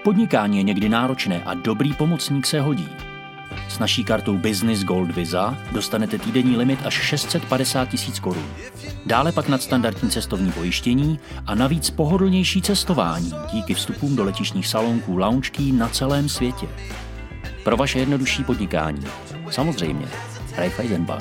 Podnikání je někdy náročné a dobrý pomocník se hodí. S naší kartou Business Gold Visa dostanete týdenní limit až 650 000 korun. Dále pak nadstandardní cestovní pojištění a navíc pohodlnější cestování díky vstupům do letištních salonků lounge key na celém světě. Pro vaše jednodušší podnikání. Samozřejmě. Raiffeisen Bank.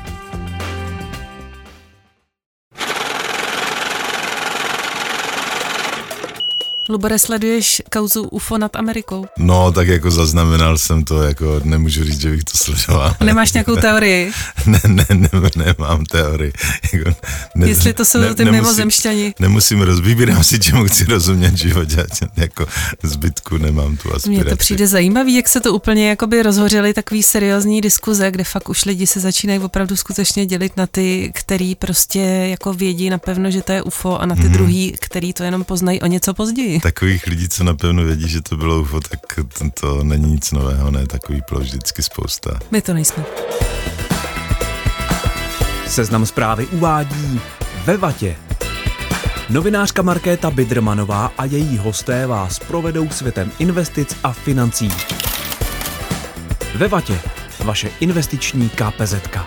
Lubore, sleduješ kauzu UFO nad Amerikou? No, tak jako zaznamenal jsem to, jako nemůžu říct, že bych to sledoval. Nemáš nějakou teorii? Nemám teorii. Jako, jestli to jsou ty mimozemšťani. Nemusím vybírám si, čemu chci rozumět v životě, jako zbytku nemám tu aspiraci. Mně to přijde zajímavý, jak se to úplně jakoby rozhořely takový seriózní diskuze, kde fakt už lidi se začínají opravdu skutečně dělit na ty, který prostě jako vědí napevno, že to je UFO, a na ty druhý, který to jenom poznají o něco později. Takových lidí, co napevno vědí, že to bylo UFO, tak to není nic nového, ne, takový bylo vždycky spousta. My to nejsme. Seznam Zprávy uvádí Ve vatě. Novinářka Markéta Bidermanová a její hosté vás provedou světem investic a financí. Ve vatě. Vaše investiční KPZka.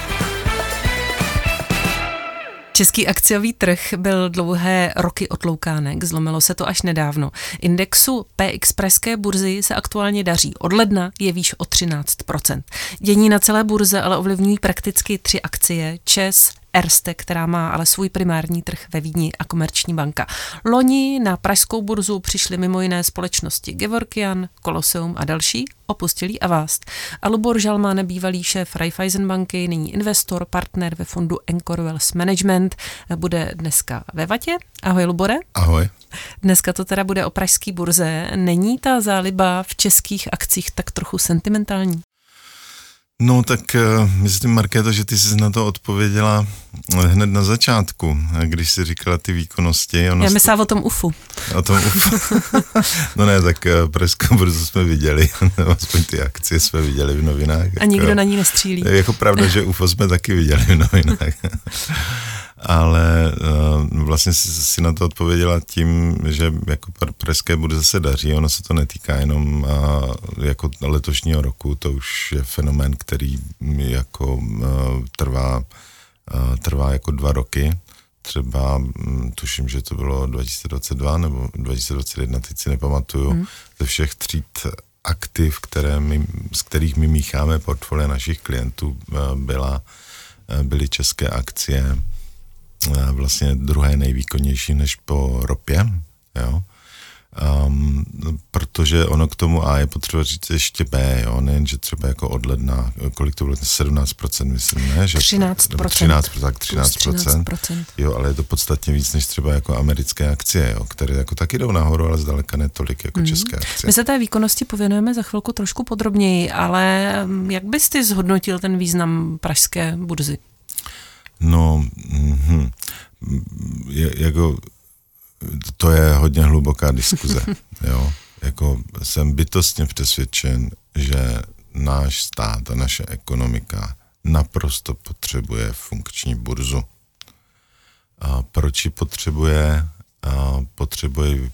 Český akciový trh byl dlouhé roky otloukánek, zlomilo se to až nedávno. Indexu PX pražské burzy se aktuálně daří. Od ledna je výš o 13%. Dění na celé burze ale ovlivňují prakticky 3 akcie: ČEZ, Erste, která má ale svůj primární trh ve Vídni, a Komerční banka. Loni na pražskou burzu přišly mimo jiné společnosti Gevorkian, Colosseum a další, opustili Avast. A Lubor Žalman, bývalý šéf Raiffeisen banky, nyní investor, partner ve fondu Encore Wealth Management, bude dneska ve vatě. Ahoj, Lubore. Ahoj. Dneska to teda bude o pražské burze. Není ta záliba v českých akcích tak trochu sentimentální? No tak myslím, Markéto, že ty jsi na to odpověděla hned na začátku, když jsi říkala ty výkonnosti. Já myslela o tom UFu. O tom UFu. No ne, tak pražskou burzu jsme viděli, aspoň ty akcie jsme viděli v novinách. A nikdo na ní nestřílí. Je jako pravda, že UFO jsme taky viděli v novinách. Ale vlastně si na to odpověděla tím, že jako pražské burze se daří, ono se to netýká jenom jako letošního roku, to už je fenomén, který jako trvá jako 2 roky. Třeba tuším, že to bylo 2022 nebo 2021, teď si nepamatuju, ze všech tříd aktiv, z kterých my mícháme portfolia našich klientů, byly české akcie vlastně druhé nejvýkonnější než po ropě, jo. Protože ono k tomu A je potřeba říct ještě B, jo, nejen, že třeba jako od ledna, kolik to bylo, 17%, myslím, ne? Že 13%. Jo, ale je to podstatně víc než třeba jako americké akcie, jo, které jako taky jdou nahoru, ale zdaleka ne tolik jako české akcie. My se té výkonnosti pověnujeme za chvilku trošku podrobněji, ale jak bys ty zhodnotil ten význam pražské burzy? No, jako to je hodně hluboká diskuze, jo. Jako jsem bytostně přesvědčen, že náš stát a naše ekonomika naprosto potřebuje funkční burzu. A proč ji potřebuje? Potřebuje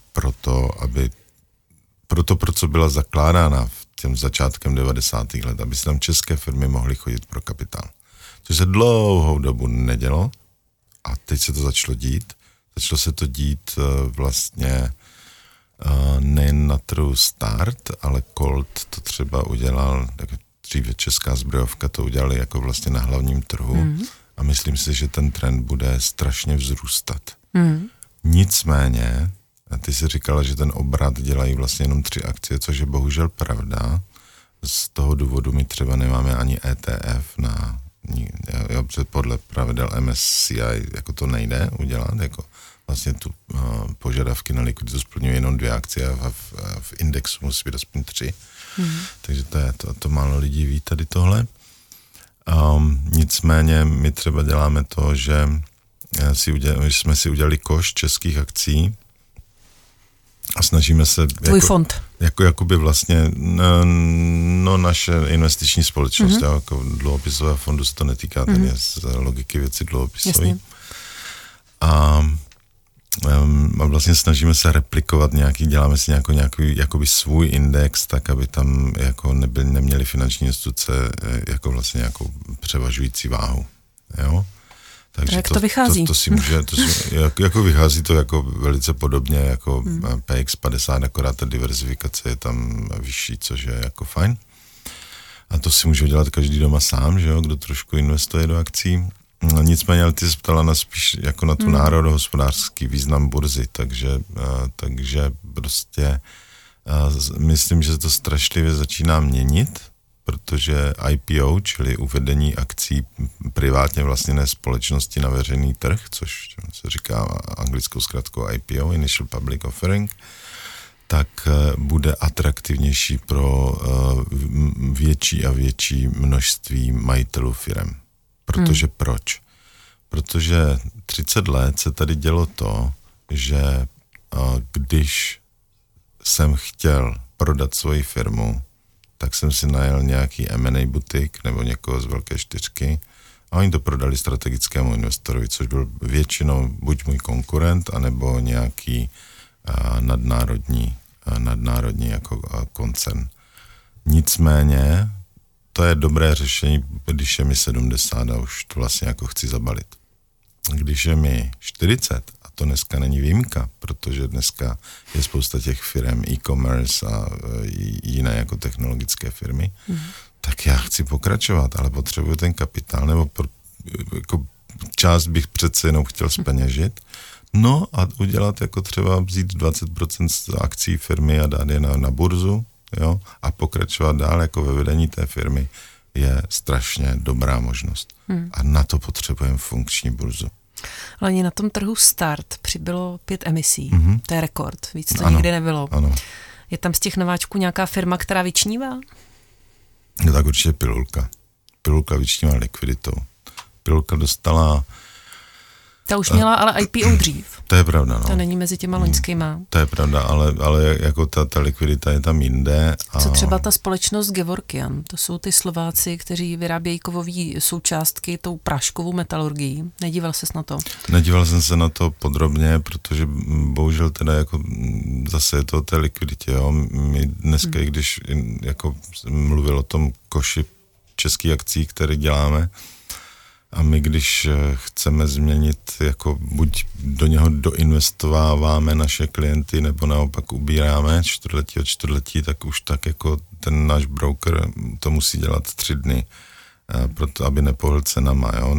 proto, pro co byla zakládána v těm začátkem 90. let, aby se tam české firmy mohly chodit pro kapitál. Což se dlouhou dobu nedělo a teď se to začalo dít. Začalo se to dít vlastně nejen na trhu Start, ale Colt to třeba udělal, jako dříve Česká zbrojovka to udělali jako vlastně na hlavním trhu a myslím si, že ten trend bude strašně vzrůstat. Nicméně, ty jsi říkala, že ten obrat dělají vlastně jenom 3 akcie, což je bohužel pravda. Z toho důvodu my třeba nemáme ani ETF podle pravidel MSCI jako to nejde udělat, jako vlastně tu požadavky na likviditu splňují jenom 2 akcie a v indexu musí být aspoň 3. Takže to málo lidí ví tady tohle. Nicméně my třeba děláme to, že jsme si udělali koš českých akcí a snažíme se... Tvůj fond. Jakoby vlastně naše investiční společnost, jako dluhopisového fondu se to netýká, ten je z logiky věci dluhopisový. A A vlastně snažíme se replikovat děláme si nějaký jakoby svůj index, tak aby tam jako neměli finanční instituce jako vlastně nějakou převažující váhu. Jo? Takže jak to vychází? Jako vychází to jako velice podobně jako PX50, akorát ta diverzifikace je tam vyšší, což je jako fajn. A to si může dělat každý doma sám, že jo, kdo trošku investuje do akcí. No, nicméně, ale ty se ptala na spíš jako na tu národohospodářský význam burzy, takže prostě myslím, že se to strašlivě začíná měnit, protože IPO, čili uvedení akcí privátně vlastněné společnosti na veřejný trh, což se říká anglickou zkratkou IPO, Initial Public Offering, tak bude atraktivnější pro větší a větší množství majitelů firem. Protože proč? Protože 30 let se tady dělo to, že když jsem chtěl prodat svoji firmu, tak jsem si najel nějaký M&A butik nebo někoho z velké čtyřky a oni to prodali strategickému investorovi, což byl většinou buď můj konkurent, anebo nějaký nadnárodní jako koncern. Nicméně to je dobré řešení, když je mi 70 a už to vlastně jako chci zabalit. Když je mi 40, a to dneska není výjimka, protože dneska je spousta těch firm e-commerce a jiné jako technologické firmy, tak já chci pokračovat, ale potřebuju ten kapitál, nebo jako část bych přece jenom chtěl zpeněžit, no a udělat jako třeba vzít 20% z akcí firmy a dát je na burzu, jo, a pokračovat dál jako ve vedení té firmy je strašně dobrá možnost. A na to potřebujeme funkční burzu. Ale na tom trhu Start přibylo 5 emisí. To je rekord. Víc to ano, nikdy nebylo. Ano. Je tam z těch nováčků nějaká firma, která vyčnívá? No tak určitě Pilulka. Pilulka vyčnívá likviditou. Pilulka dostala... Ta už měla ale IPO dřív. To je pravda, no. To není mezi těma loňskýma. To je pravda, ale jako ta likvidita je tam jinde. A... Co třeba ta společnost Gevorkian? To jsou ty Slováci, kteří vyrábějí kovové součástky tou práškovou metalurgií. Nedíval ses na to? Nedíval jsem se na to podrobně, protože bohužel teda jako zase je to o té likviditě, jo. My dneska, když jako mluvil o tom koši českých akcí, které děláme, a my, když chceme změnit, jako buď do něho doinvestováváme naše klienty, nebo naopak ubíráme čtvrtletí od čtvrtletí, tak už tak jako ten náš broker to musí dělat 3 dny, proto aby nepohl cenama, jo,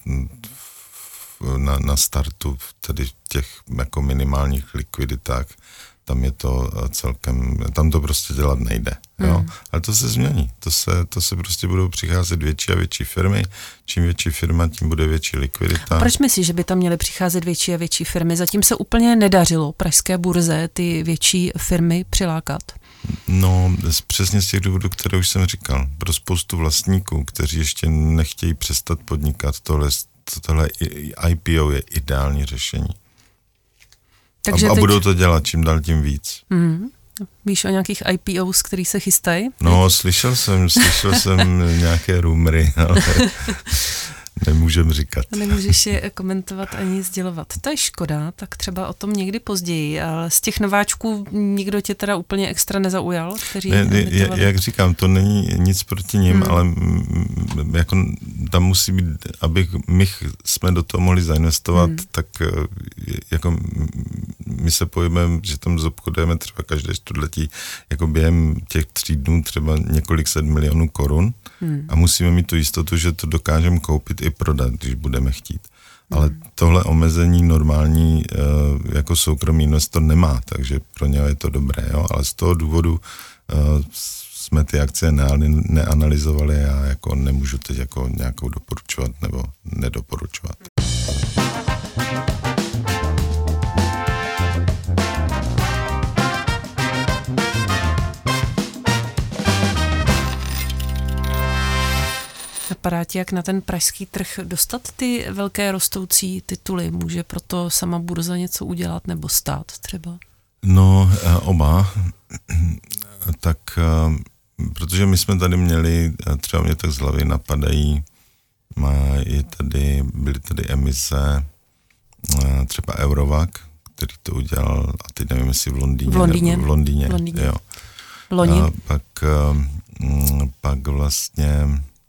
na startu, tedy v těch jako minimálních likviditách, tam je to celkem, tam to prostě dělat nejde, jo. Ale to se změní, to se prostě budou přicházet větší a větší firmy, čím větší firma, tím bude větší likvidita. A proč myslíš, že by tam měly přicházet větší a větší firmy? Zatím se úplně nedařilo pražské burze ty větší firmy přilákat. No, přesně z těch důvodů, které už jsem říkal. Pro spoustu vlastníků, kteří ještě nechtějí přestat podnikat, tohle IPO je ideální řešení. Takže a budou to dělat čím dál tím víc. Víš o nějakých IPOs, který se chystají? No, slyšel jsem nějaké rumory, ale nemůžem říkat. Nemůžeš je komentovat ani sdělovat. To je škoda, tak třeba o tom někdy později. Ale z těch nováčků nikdo tě teda úplně extra nezaujal? Jak říkám, to není nic proti nim, ale jako tam musí být, aby my jsme do toho mohli zainvestovat, tak jako my se pohybujeme, že tam zobchodujeme třeba každé čtvrtletí jako během těch 3 dnů třeba několik set milionů korun a musíme mít tu jistotu, že to dokážeme koupit i prodat, když budeme chtít. Ale tohle omezení normální jako soukromý investor nemá, takže pro něho je to dobré, jo? Ale z toho důvodu jsme ty akcie neanalyzovali a já jako nemůžu teď jako nějakou doporučovat nebo nedoporučovat. Napadá ti, jak na ten pražský trh dostat ty velké rostoucí tituly? Může proto sama burza něco udělat nebo stát třeba? No, oba. Tak, protože my jsme tady měli, třeba mě tak z hlavy napadají, byly tady emise třeba Eurovac, který to udělal, a teď nevím, jestli v Londýně. V Londýně. Jo. Loni. A pak vlastně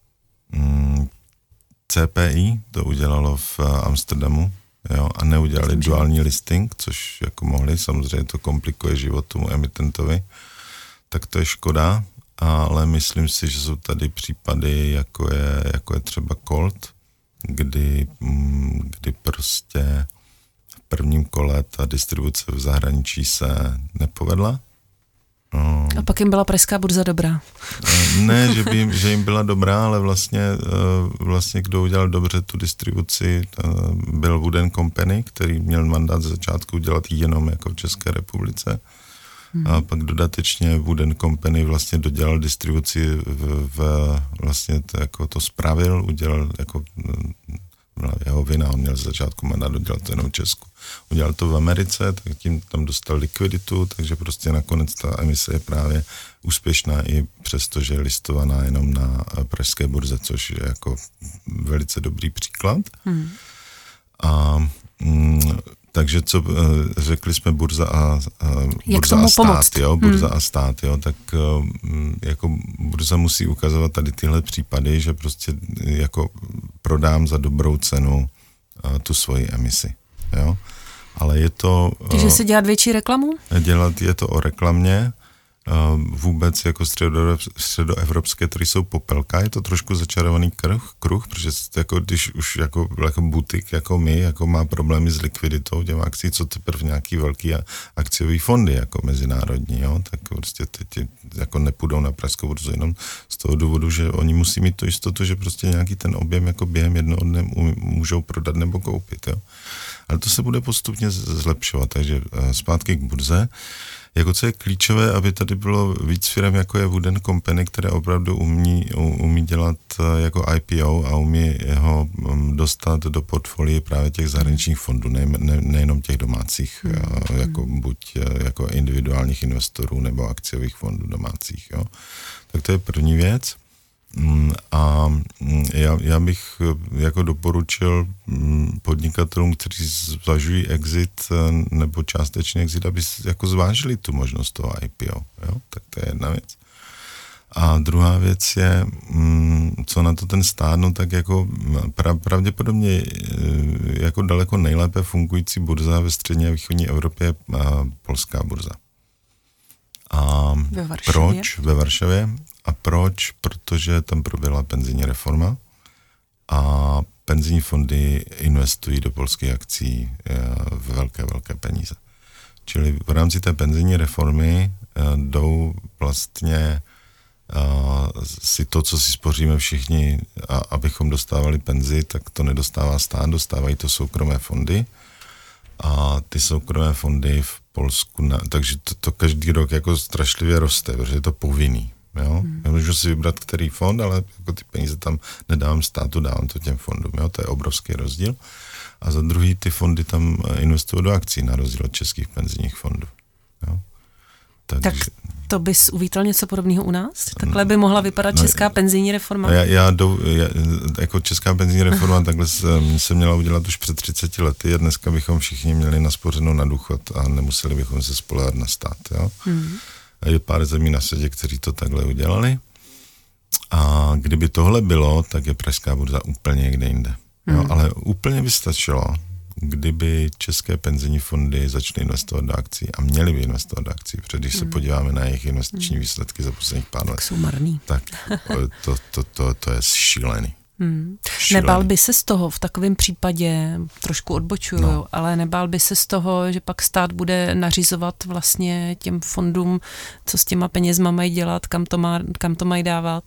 CPI to udělalo v Amsterdamu, jo, a neudělali duální listing, což jako mohli, samozřejmě to komplikuje život tomu emitentovi, tak to je škoda, ale myslím si, že jsou tady případy, jako je třeba Colt, kdy prostě v prvním kole ta distribuce v zahraničí se nepovedla. A pak jim byla pražská burza dobrá. Ne, že jim byla dobrá, ale vlastně kdo udělal dobře tu distribuci, byl Wooden Company, který měl mandát ze začátku dělat jenom jako v České republice. A pak dodatečně Wooden Company vlastně dodělal distribuci vlastně to spravil, udělal jako jeho vina, on měl z začátku mandát, dodělal to jenom v Česku. Udělal to v Americe, tak tím tam dostal likviditu, takže prostě nakonec ta emise je právě úspěšná i přesto, že je listovaná jenom na pražské burze, což je jako velice dobrý příklad. A takže co řekli jsme burza a stát, jo, burza a stát, jo, tak jako burza musí ukazovat tady tyhle případy, že prostě jako prodám za dobrou cenu tu svoji emisi, jo. Ale je to... Takže se dělat větší reklamu? Je to o reklamě, vůbec jako středoevropské, které jsou popelka, je to trošku začarovaný kruh, protože jako když už jako butik, jako my, jako má problémy s likviditou těm akcí, co teprve nějaký velký akciový fondy, jako mezinárodní, jo, tak prostě teď jako nepůjdou na pražskou burzu jenom z toho důvodu, že oni musí mít tu jistotu, že prostě nějaký ten objem jako během jednoho dne můžou prodat nebo koupit, jo. Ale to se bude postupně zlepšovat, takže zpátky k burze. Jako co je klíčové, aby tady bylo víc firm, jako je Wooden Company, které opravdu umí dělat jako IPO a umí ho dostat do portfolia právě těch zahraničních fondů, nejenom těch domácích, jako buď jako individuálních investorů nebo akciových fondů domácích. Jo. Tak to je první věc. A já bych jako doporučil podnikatelům, kteří zvažují exit nebo částečný exit, aby jako zvážili tu možnost toho IPO. Jo? Tak to je jedna věc. A druhá věc je, co na to ten stát, no tak jako pravděpodobně jako daleko nejlépe fungující burza ve střední a východní Evropě je polská burza. A proč ve Varšavě? A proč? Protože tam proběhla penzijní reforma a penzijní fondy investují do polských akcí v velké peníze. Čili v rámci té penzijní reformy jdou vlastně si to, co si spoříme všichni, abychom dostávali penzi, tak to nedostává stát, dostávají to soukromé fondy. A ty soukromé fondy v Polsku, takže to každý rok jako strašlivě roste, protože je to povinný. Jo? Já můžu si vybrat, který fond, ale jako ty peníze tam nedávám státu, dávám to těm fondům. Jo? To je obrovský rozdíl. A za druhý ty fondy tam investují do akcí, na rozdíl od českých penzijních fondů. Jo? Tak to bys uvítal něco podobného u nás? Takhle by mohla vypadat česká penzijní reforma? Jako česká penzijní reforma takhle se měla udělat už před 30 lety a dneska bychom všichni měli naspořenou na důchod a nemuseli bychom se spoléhat na stát. Jo? Je pár zemí na světě, kteří to takhle udělali. A kdyby tohle bylo, tak je pražská burza úplně někde jinde. Jo? Ale úplně by stačilo, kdyby české penzijní fondy začaly investovat do akcí a měly by investovat do akcí, protože když se podíváme na jejich investiční výsledky za posledních pár let, jsou marný. Tak to je šílený. Nebál by se z toho v takovém případě, trošku odbočuju, ale nebál by se z toho, že pak stát bude nařizovat vlastně těm fondům, co s těma penězma mají dělat, kam to mají dávat?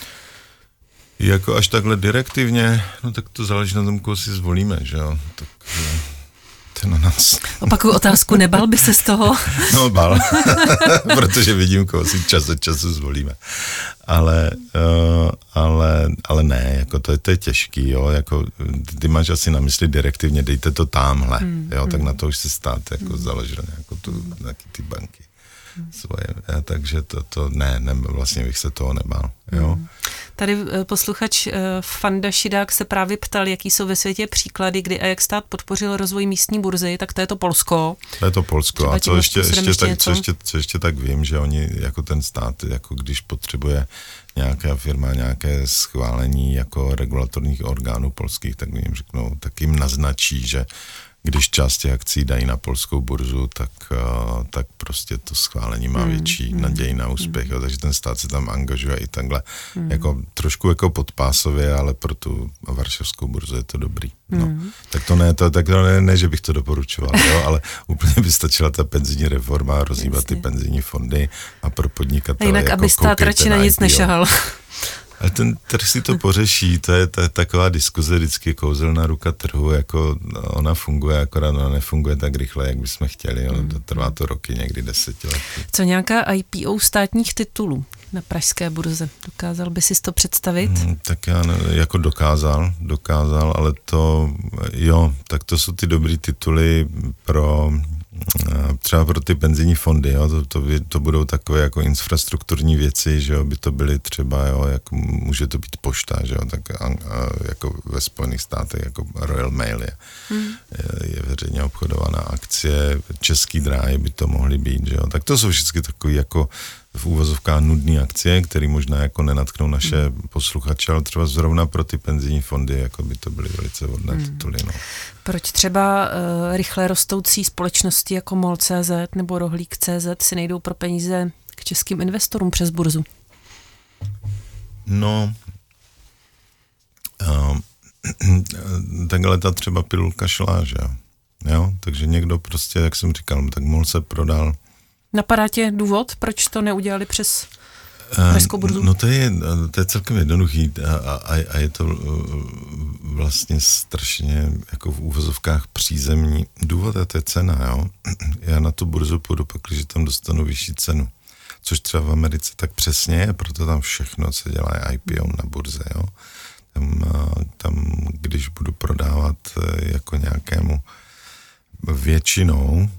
Jako až takhle direktivně, no tak to záleží na tom, koho si zvolíme, že jo, tak to je na nás. Opakuju otázku, nebál by se z toho? No bál, protože vidím, koho si čas od času zvolíme. Ale ne, jako to je těžký, jo, jako ty máš asi na mysli direktivně, dejte to tamhle, jo, tak na to už si stát jako založil nějaký ty banky svoje, takže to ne, vlastně bych se toho nebál, jo. Tady posluchač Fanda Šidák se právě ptal, jaký jsou ve světě příklady, kdy a jak stát podpořil rozvoj místní burzy, tak to je to Polsko. To je to Polsko. A co ještě tak vím, že oni jako ten stát, jako když potřebuje nějaká firma, nějaké schválení jako regulatorních orgánů polských, tak jim řeknou, tak jim naznačí, že když část těch akcí dají na polskou burzu, tak prostě to schválení má větší naději na úspěch. Jo. Takže ten stát se tam angažuje i takhle jako trošku jako podpásově, ale pro tu varšavskou burzu je to dobrý. No. Tak to ne, že bych to doporučoval, jo, ale úplně by stačila ta penzijní reforma, rozhýbat ty penzijní fondy a pro podnikatele. Jinak, jako aby stát radši na nic nešahal. Ale ten trh si to pořeší, to je taková diskuze vždycky kouzelná ruka trhu, jako ona funguje, akorát ona nefunguje tak rychle, jak bychom chtěli, trvá to roky, někdy 10 let. Co nějaká IPO státních titulů na pražské burze? Dokázal by si to představit? Tak já jako dokázal, ale tak to jsou ty dobrý tituly třeba pro ty penzijní fondy, jo, to budou takové jako infrastrukturní věci, že jo, by to byly třeba, jo, jako může to být pošta, že jo, tak jako ve Spojených státech, jako Royal Mail je veřejně obchodovaná akcie, Český dráhy by to mohly být, že jo, tak to jsou vždycky takové jako v úvozovkách nudné akcie, které možná jako nenatknou naše posluchače, ale třeba zrovna pro ty penzijní fondy, jako by to byly velice vhodné tituly. No. Proč třeba rychle rostoucí společnosti jako MOL.cz nebo Rohlík.cz si nejdou pro peníze k českým investorům přes burzu? No, takhle ta třeba pilulka šla, že jo, takže někdo prostě, jak jsem říkal, tak MOL se prodal. Napadá tě důvod, proč to neudělali přes pražskou burzu? No to je celkem jednoduchý a je to vlastně strašně jako v úvozovkách přízemní důvod a to je cena, jo. Já na tu burzu půjdu pak, když tam dostanu vyšší cenu. Což třeba v Americe tak přesně je, proto tam všechno se dělá IPO na burze, jo. Tam když budu prodávat jako nějakému většinou,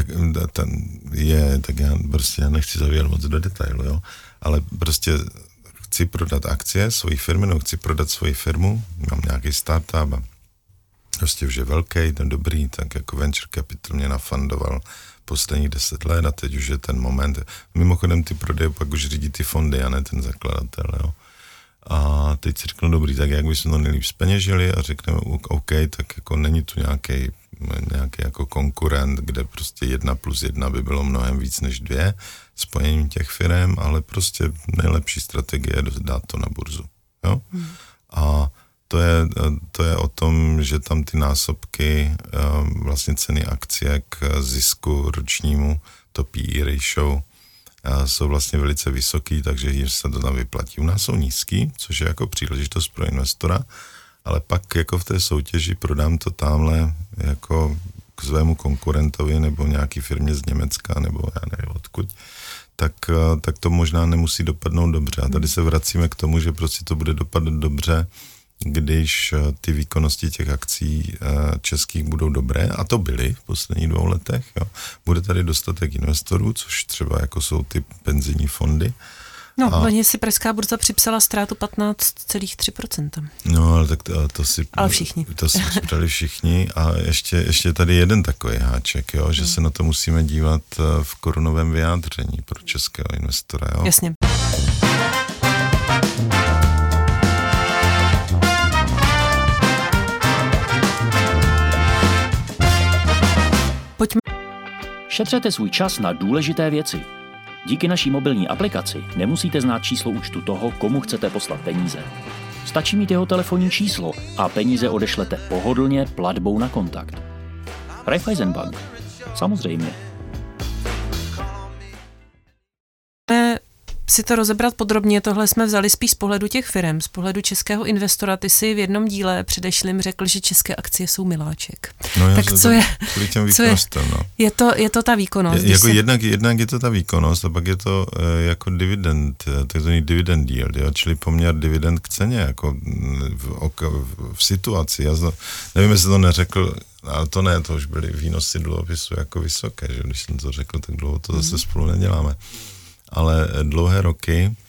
tak já nechci zavírat moc do detailu, jo, ale prostě chci prodat akcie svojí firmy, no chci prodat svoji firmu, mám nějaký startup a prostě už je velký, ten dobrý, tak jako venture capital mě nafundoval posledních 10 let a teď už je ten moment. Mimochodem ty prodeje pak už řídí ty fondy a ne ten zakladatel, jo. A teď si řeknu, dobrý, tak jak bychom to nejlíp zpeněžili a řekneme, OK, tak jako není tu nějaký jako konkurent, kde prostě 1+1 by bylo mnohem víc než 2 spojením těch firem, ale prostě nejlepší strategie je dát to na burzu. Jo? A to je o tom, že tam ty násobky vlastně ceny akcie k zisku ročnímu, to PE ratio, jsou vlastně velice vysoký, takže jim se to tam vyplatí. U nás jsou nízký, což je jako příležitost pro investora, ale pak jako v té soutěži prodám to tamhle jako k svému konkurentovi nebo nějaký firmě z Německa nebo já nevím odkud, tak to možná nemusí dopadnout dobře. A tady se vracíme k tomu, že prostě to bude dopadat dobře, když ty výkonnosti těch akcí českých budou dobré, a to byly v posledních 2 letech. Jo. Bude tady dostatek investorů, což třeba jako jsou ty penzijní fondy. No, loni si pražská burza připsala ztrátu 15,3%. No, ale tak to si... Ale všichni. To si přibrali všichni a ještě tady jeden takový háček, jo, že se na to musíme dívat v korunovém vyjádření pro českého investora. Jo. Jasně. Šetřete svůj čas na důležité věci. Díky naší mobilní aplikaci nemusíte znát číslo účtu toho, komu chcete poslat peníze. Stačí mít jeho telefonní číslo a peníze odešlete pohodlně platbou na kontakt. Raiffeisenbank. Samozřejmě. Si to rozebrat podrobně, tohle jsme vzali spíš z pohledu těch firem, z pohledu českého investora. Ty si v jednom díle předešlým řekl, že české akcie jsou miláček. No, tak co je? No. Je to ta výkonnost. Jako jednak je to ta výkonnost a pak je to jako dividend, takzvaný dividend yield, jo? Čili poměr dividend k ceně, jako v situaci. Já nevím, jestli to neřekl, ale to ne, to už byly výnosy dluhopisu jako vysoké, že když jsem to řekl, tak dlouho to zase spolu neděláme. Ale dlouhé roky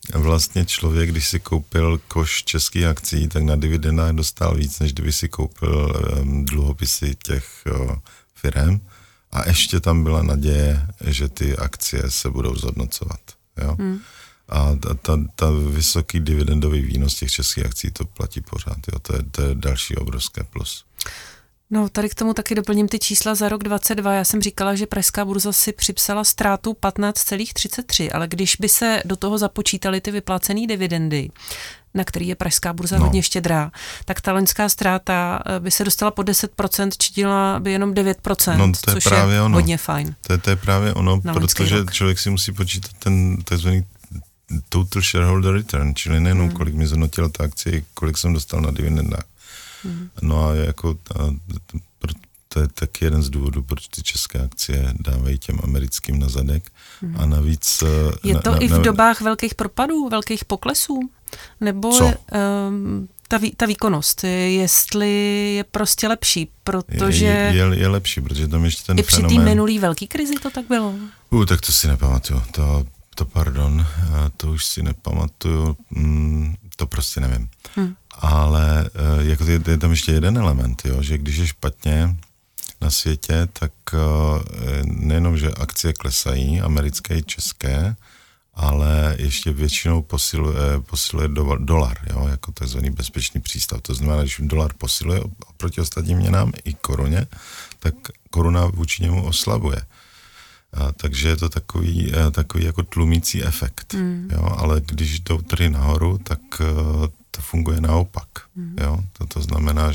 vlastně člověk, když si koupil koš českých akcí, tak na dividendách dostal víc, než kdyby si koupil dluhopisy těch firem. A ještě tam byla naděje, že ty akcie se budou zhodnocovat. Jo? A ta vysoký dividendový výnos těch českých akcí, to platí pořád. Jo? To je další obrovské plus. No, tady k tomu taky doplním ty čísla za rok 2022. Já jsem říkala, že pražská burza si připsala ztrátu 15,33, ale když by se do toho započítaly ty vyplácené dividendy, na který je pražská burza hodně štědrá, tak ta loňská ztráta by se dostala po 10%, činila by jenom 9%, což je hodně fajn. To je právě ono, protože člověk si musí počítat ten takzvaný total shareholder return, čili nejenom kolik mi zhodnotila ta akcie, kolik jsem dostal na dividendách. No a jako to je taky jeden z důvodů, proč ty české akcie dávají těm americkým na zadek. A navíc... Je to i v dobách velkých propadů, velkých poklesů? Nebo ta výkonnost, jestli je prostě lepší, protože... Je lepší, protože tam ještě ten i při té minulý velký krizi to tak bylo? Tak to si nepamatuju. Pardon, to už si nepamatuju, to prostě nevím. Ale jako je tam ještě jeden element, jo, že když je špatně na světě, tak nejenom, že akcie klesají, americké i české, ale ještě většinou posiluje dolar, jo, jako takzvaný bezpečný přístav. To znamená, když dolar posiluje oproti ostatním měnám i koruně, tak koruna vůči němu oslabuje. Takže je to takový jako tlumící efekt, jo, ale když jdou trhy nahoru, tak to funguje naopak, jo, to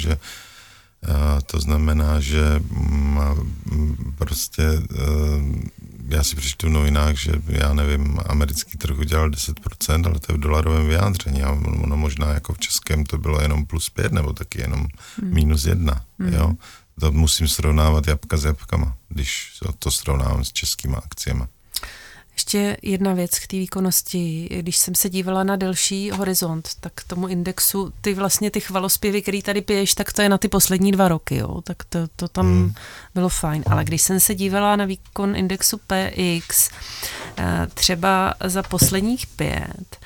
znamená, že prostě já si přečtu v novinách, že já nevím, americký trh udělal 10%, ale to je v dolarovém vyjádření a ono možná jako v českém to bylo jenom +5 nebo taky jenom -1, jo. To musím srovnávat jabka s jabkama, když to srovnávám s českýma akciemi. Ještě jedna věc k té výkonnosti. Když jsem se dívala na delší horizont, tak tomu indexu, ty chvalospěvy, který tady piješ, tak to je na ty poslední 2 roky, jo? Tak to tam bylo fajn. Ale když jsem se dívala na výkon indexu PX, třeba za posledních 5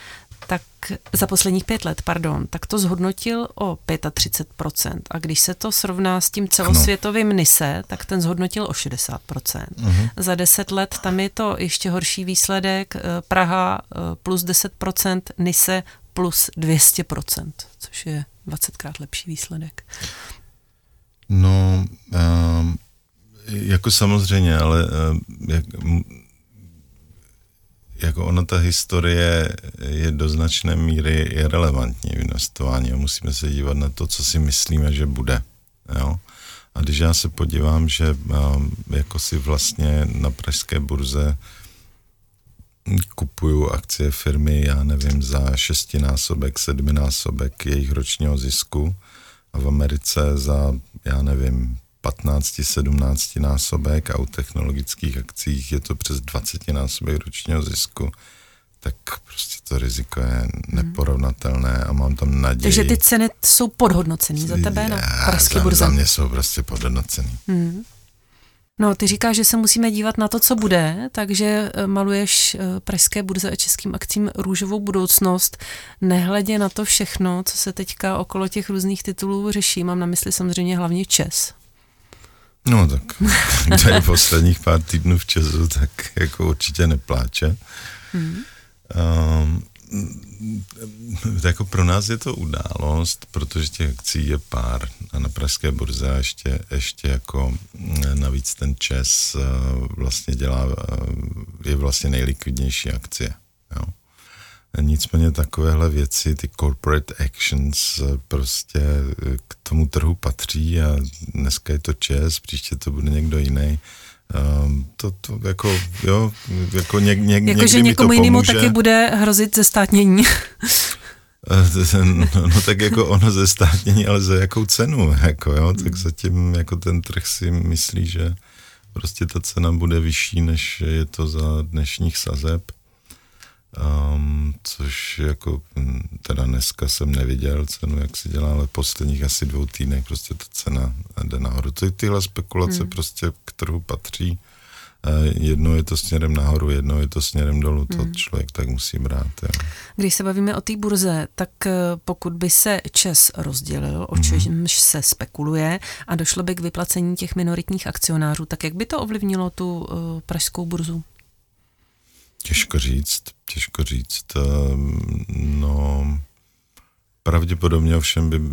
let, tak to zhodnotil o 35%. A když se to srovná s tím celosvětovým NISE, tak ten zhodnotil o 60%. Za 10 let tam je to ještě horší výsledek. Praha plus 10%, NISE plus 200%, což je 20krát lepší výsledek. No, jako samozřejmě, ale jako ono, ta historie je do značné míry irelevantní v investování a musíme se dívat na to, co si myslíme, že bude. Jo? A když já se podívám, že jako si vlastně na pražské burze kupuju akcie firmy, já nevím, za 6násobek, 7násobek jejich ročního zisku a v Americe za, já nevím, 15-17 násobek a u technologických akcích je to přes 20 násobek ročního zisku, tak prostě to riziko je neporovnatelné a mám tam naději. Takže ty ceny jsou podhodnocený za tebe na pražské burze? Za mě jsou prostě podhodnocený. No, ty říkáš, že se musíme dívat na to, co bude, takže maluješ pražské burze a českým akcím růžovou budoucnost, nehledě na to všechno, co se teďka okolo těch různých titulů řeší. Mám na mysli samozřejmě hlavně ČEZ. No tak, tady posledních pár týdnů v ČEZu, tak jako určitě nepláče. Jako pro nás je to událost, protože těch akcí je pár a na pražské burze a ještě jako navíc ten ČEZ vlastně je vlastně nejlikvidnější akcie, jo. Nicméně takovéhle věci, ty corporate actions prostě k tomu trhu patří a dneska je to ČEZ, příště to bude někdo jiný. To jako, jo, jako někdy že mi to někomu jinému pomůže. taky bude hrozit zestátnění. No tak jako ono zestátnění, ale za jakou cenu, jako jo, tak zatím jako ten trh si myslí, že prostě ta cena bude vyšší, než je to za dnešních sazeb. Což jako teda dneska jsem neviděl cenu, jak se dělá, ale posledních asi 2 týdnech prostě ta cena jde nahoru. Tyhle spekulace prostě k trhu patří Jednou je to směrem nahoru, jednou je to směrem dolů, to člověk tak musí brát. Jo. Když se bavíme o té burze, tak pokud by se ČEZ rozdělil, o čemž se spekuluje a došlo by k vyplacení těch minoritních akcionářů, tak jak by to ovlivnilo tu pražskou burzu? Těžko říct. No, pravděpodobně ovšem by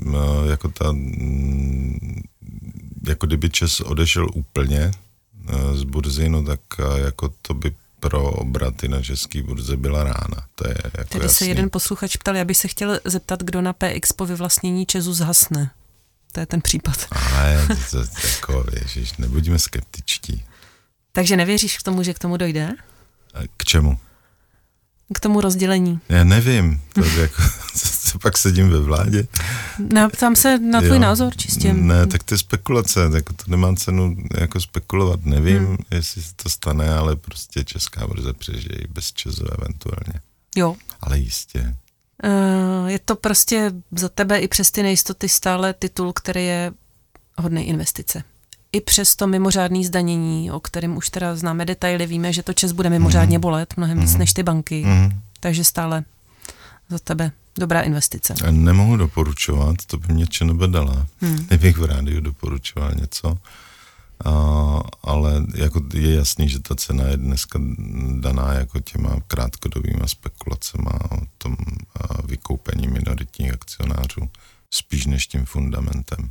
jako kdyby ČEZ odešel úplně z burzy, no tak jako to by pro obraty na české burze byla rána. To je jako Tady jasný. se jeden posluchač ptal, já bych se chtěl zeptat, kdo na PX po vyvlastnění ČEZu zhasne. To je ten případ. Ale to jako, ježiš, nebuďme skeptičtí. Takže nevěříš k tomu, že k tomu dojde? K čemu? K tomu rozdělení. Já nevím, to jako, co pak sedím ve vládě. Ptám se na tvůj názor čistě. Ne, tak to je spekulace, tak to nemá cenu jako spekulovat. Nevím, jestli se to stane, ale prostě česká burza přežije bez ČEZu eventuálně. Jo. Ale jistě. Je to prostě za tebe i přes ty nejistoty stále titul, který je hodnej investice. I přes to mimořádné zdanění, o kterém už teda známe detaily, víme, že to ČEZ bude mimořádně bolet, mnohem víc než ty banky. Takže stále za tebe dobrá investice. Nemohu doporučovat, to by mě ČNB dala. Kdybych v rádiu doporučoval něco. Ale jako je jasný, že ta cena je dneska daná jako těma krátkodobýma spekulacema o tom vykoupení minoritních akcionářů spíš než tím fundamentem.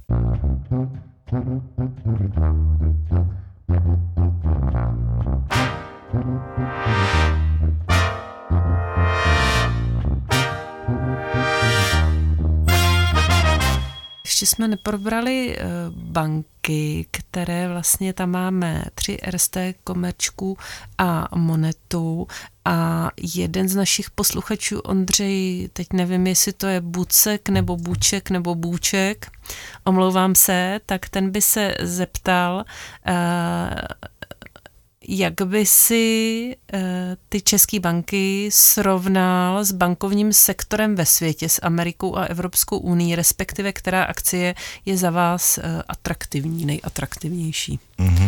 Ještě jsme neprobrali banky, které vlastně tam máme 3 RST, Komerčku a Monetu a jeden z našich posluchačů, Ondřej, teď nevím, jestli to je Bucek nebo Buček nebo Bůček, omlouvám se, tak ten by se zeptal, jak by si ty české banky srovnal s bankovním sektorem ve světě, s Amerikou a Evropskou unii, respektive která akcie je za vás atraktivní, nejatraktivnější?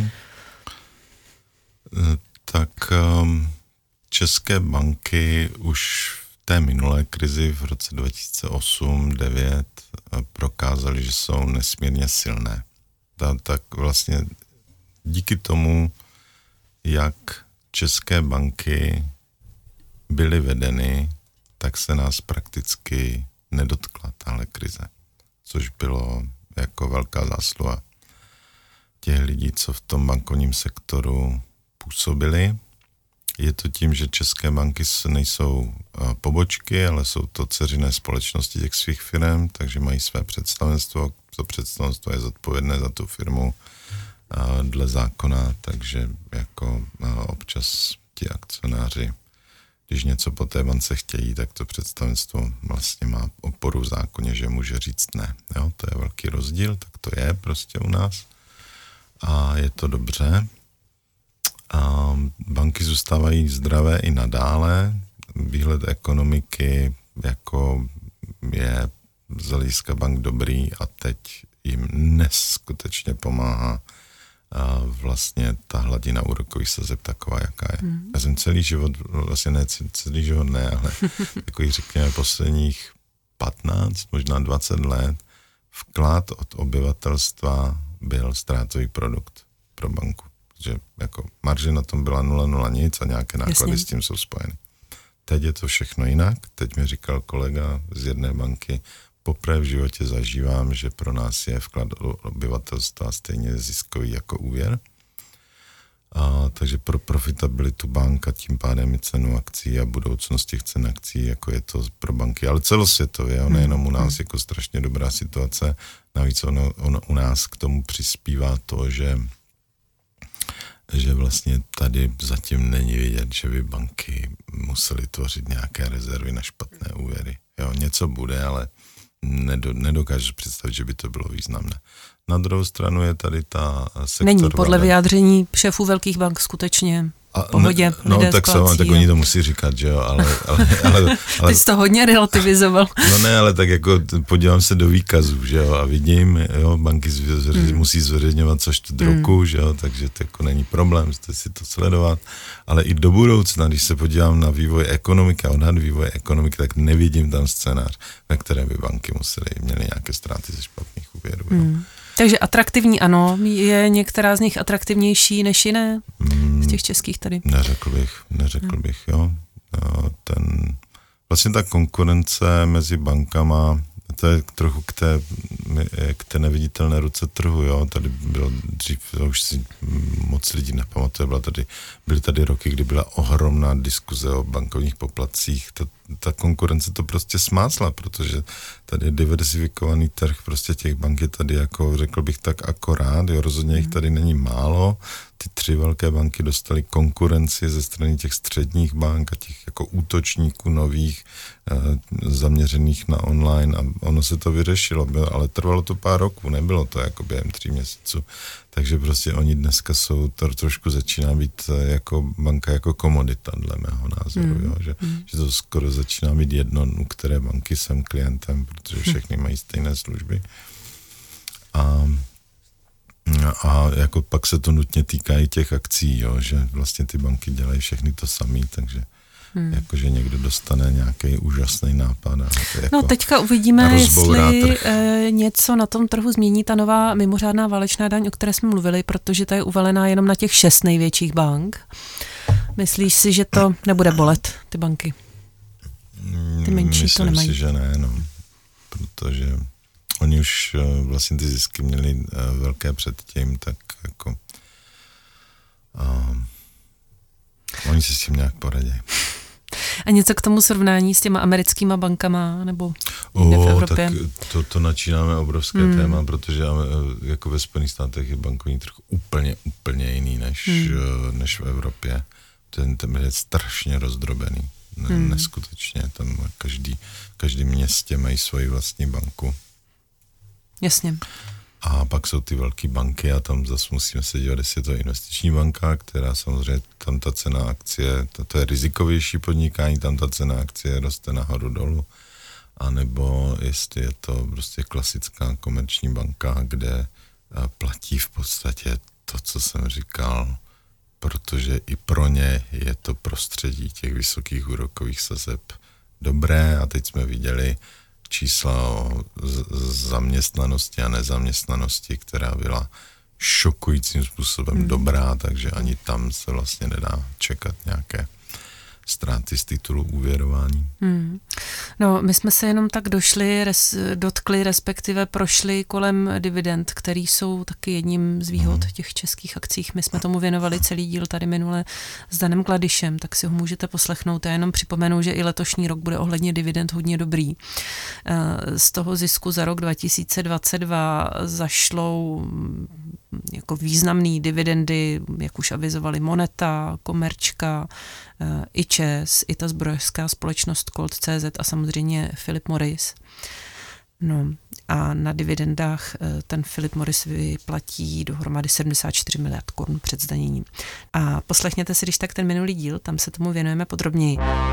Tak české banky už v té minulé krizi v roce 2008-2009 prokázaly, že jsou nesmírně silné. Tak vlastně díky tomu, jak české banky byly vedeny, tak se nás prakticky nedotkla tahle krize, což bylo jako velká zásluha těch lidí, co v tom bankovním sektoru působili. Je to tím, že české banky nejsou pobočky, ale jsou to dceřiné společnosti těch svých firm, takže mají své představenstvo. To představenstvo je zodpovědné za tu firmu dle zákona, takže jako občas ti akcionáři, když něco po té bance chtějí, tak to představenstvo vlastně má oporu v zákoně, že může říct ne. Jo, to je velký rozdíl, tak to je prostě u nás a je to dobře. A banky zůstávají zdravé i nadále. Výhled ekonomiky jako je z hlediska bank dobrý a teď jim neskutečně pomáhá a vlastně ta hladina úrokových sazeb taková, jaká je. Já jsem celý život, vlastně ne celý život ne, ale takových řekněme posledních 15, možná 20 let vklad od obyvatelstva byl ztrátový produkt pro banku. Že jako marže na tom byla 0,0 nic a nějaké náklady s tím jsou spojeny. Teď je to všechno jinak. Teď mi říkal kolega z jedné banky, poprvé v životě zažívám, že pro nás je vklad obyvatelstva stejně ziskový jako úvěr. Takže pro profitabilitu bank a tím pádem i cenu akcí a budoucnost těch cen akcí, jako je to pro banky, ale celosvětově, nejenom u nás, jako strašně dobrá situace. Navíc ono u nás k tomu přispívá to, že vlastně tady zatím není vidět, že by banky musely tvořit nějaké rezervy na špatné úvěry. Jo, něco bude, ale nedokážu představit, že by to bylo významné. Na druhou stranu je tady ta sektor... Není, podle vyjádření šéfů velkých bank skutečně pohodě. No tak oni to musí říkat, že jo, ale Ty jsi to hodně relativizoval. No ne, ale tak jako podívám se do výkazů, že jo, a vidím, jo, banky musí zveřejňovat co čtvrt roku, že jo, takže to jako není problém si to sledovat, ale i do budoucna, když se podívám na vývoj ekonomiky a odhad vývoje ekonomiky, tak nevidím tam scénář, na které by banky měly nějaké ztráty ze špatných úvěrů. Takže atraktivní ano, je některá z nich atraktivnější než jiné z těch českých tady? Neřekl bych, jo. Vlastně ta konkurence mezi bankama, to je trochu k té neviditelné ruce trhu, jo. Tady bylo dřív, už si moc lidí nepamatuje, byly tady roky, kdy byla ohromná diskuze o bankovních poplatcích. Ta konkurence to prostě smázla, protože tady je diversifikovaný trh, prostě těch bank je tady jako, řekl bych tak akorát, jo, rozhodně jich tady není málo. Ty 3 velké banky dostaly konkurenci ze strany těch středních bank a těch jako útočníků nových, zaměřených na online a ono se to vyřešilo, ale trvalo to pár roků, nebylo to jako během 3 měsíců. Takže prostě oni dneska trošku začíná být jako banka jako komodita, dle mého názoru, jo? Že to skoro začíná být jedno, u které banky jsem klientem, protože všechny mají stejné služby. A jako pak se to nutně týká i těch akcí, jo? Že vlastně ty banky dělají všechny to samý, takže jakože někdo dostane nějaký úžasný nápad. No teďka uvidíme, jestli něco na tom trhu změní ta nová mimořádná válečná daň, o které jsme mluvili, protože ta je uvalená jenom na těch 6 největších bank. Myslíš si, že to nebude bolet, ty banky? Ty menší to nemají. Myslím si, že ne, no. Protože oni už vlastně ty zisky měli velké předtím, tak jako oni se s tím nějak poradí. A něco k tomu srovnání s těma americkýma bankama nebo v Evropě? Tak to načínáme obrovské téma, protože jako ve Spojených státech je bankovní trh úplně jiný než v Evropě. Ten je strašně rozdrobený. Neskutečně. Tam každý městě mají svoji vlastní banku. Jasně. A pak jsou ty velké banky a tam zase musíme se dívat, jestli je to investiční banka, která samozřejmě tam ta cena akcie, to je rizikovější podnikání, tam ta cena akcie roste nahoru dolů, anebo jestli je to prostě klasická komerční banka, kde platí v podstatě to, co jsem říkal, protože i pro ně je to prostředí těch vysokých úrokových sazeb dobré a teď jsme viděli čísla o zaměstnanosti a nezaměstnanosti, která byla šokujícím způsobem dobrá, takže ani tam se vlastně nedá čekat nějaké ztráty z titulu úvěrování. No, my jsme se jenom tak dotkli, respektive prošli kolem dividend, který jsou taky jedním z výhod těch českých akcích. My jsme tomu věnovali celý díl tady minule s Danem Kladyšem, tak si ho můžete poslechnout. Já jenom připomenu, že i letošní rok bude ohledně dividend hodně dobrý. Z toho zisku za rok 2022 zašlou jako významný dividendy, jak už avizovali Moneta, Komerčka, i ČEZ, i ta zbrojovská společnost Colt.cz a samozřejmě Philip Morris. No a na dividendách ten Philip Morris vyplatí dohromady 74 miliard korun před zdaněním. A poslechněte si když tak ten minulý díl, tam se tomu věnujeme podrobněji.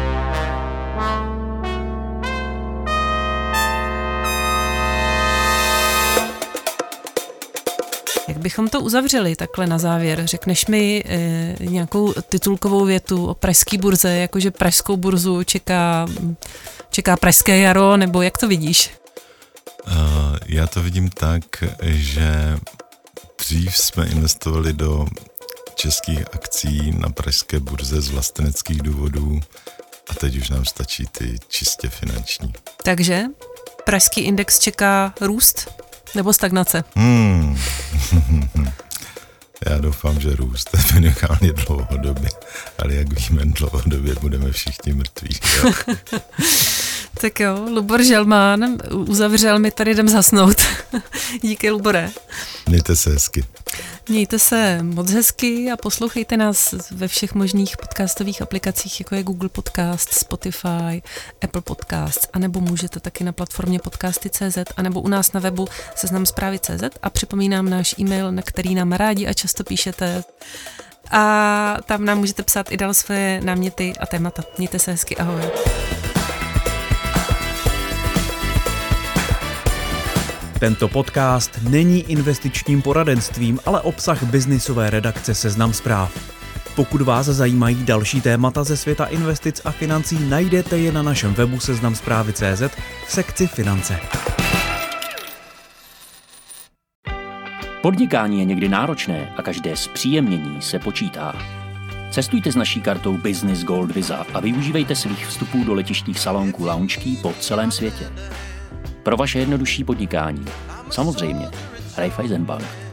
Jak bychom to uzavřeli takhle na závěr? Řekneš mi nějakou titulkovou větu o pražské burze, jakože pražskou burzu čeká pražské jaro, nebo jak to vidíš? Já to vidím tak, že dřív jsme investovali do českých akcí na pražské burze z vlasteneckých důvodů a teď už nám stačí ty čistě finanční. Takže pražský index čeká růst? Nebo stagnace? Já doufám, že růst minimálně dlouhodobě, ale jak víme, dlouhodobě budeme všichni mrtví. Tak jo, Lubor Želmán uzavřel, my tady jdem zasnout. Díky, Lubore. Mějte se hezky. Mějte se moc hezky a poslouchejte nás ve všech možných podcastových aplikacích, jako je Google Podcast, Spotify, Apple Podcast, anebo můžete taky na platformě podcasty.cz, anebo u nás na webu seznamzpravy.cz a připomínám náš e-mail, na který nám rádi a často píšete. a tam nám můžete psát i dál své náměty a témata. Mějte se hezky, ahoj. Tento podcast není investičním poradenstvím, ale obsah biznisové redakce Seznam Zpráv. Pokud vás zajímají další témata ze světa investic a financí, najdete je na našem webu seznamzprávy.cz v sekci Finance. Podnikání je někdy náročné a každé zpříjemnění se počítá. Cestujte s naší kartou Business Gold Visa a využívejte svých vstupů do letištních salonků Lounge po celém světě. Pro vaše jednodušší podnikání. Samozřejmě. Raiffeisen Bank.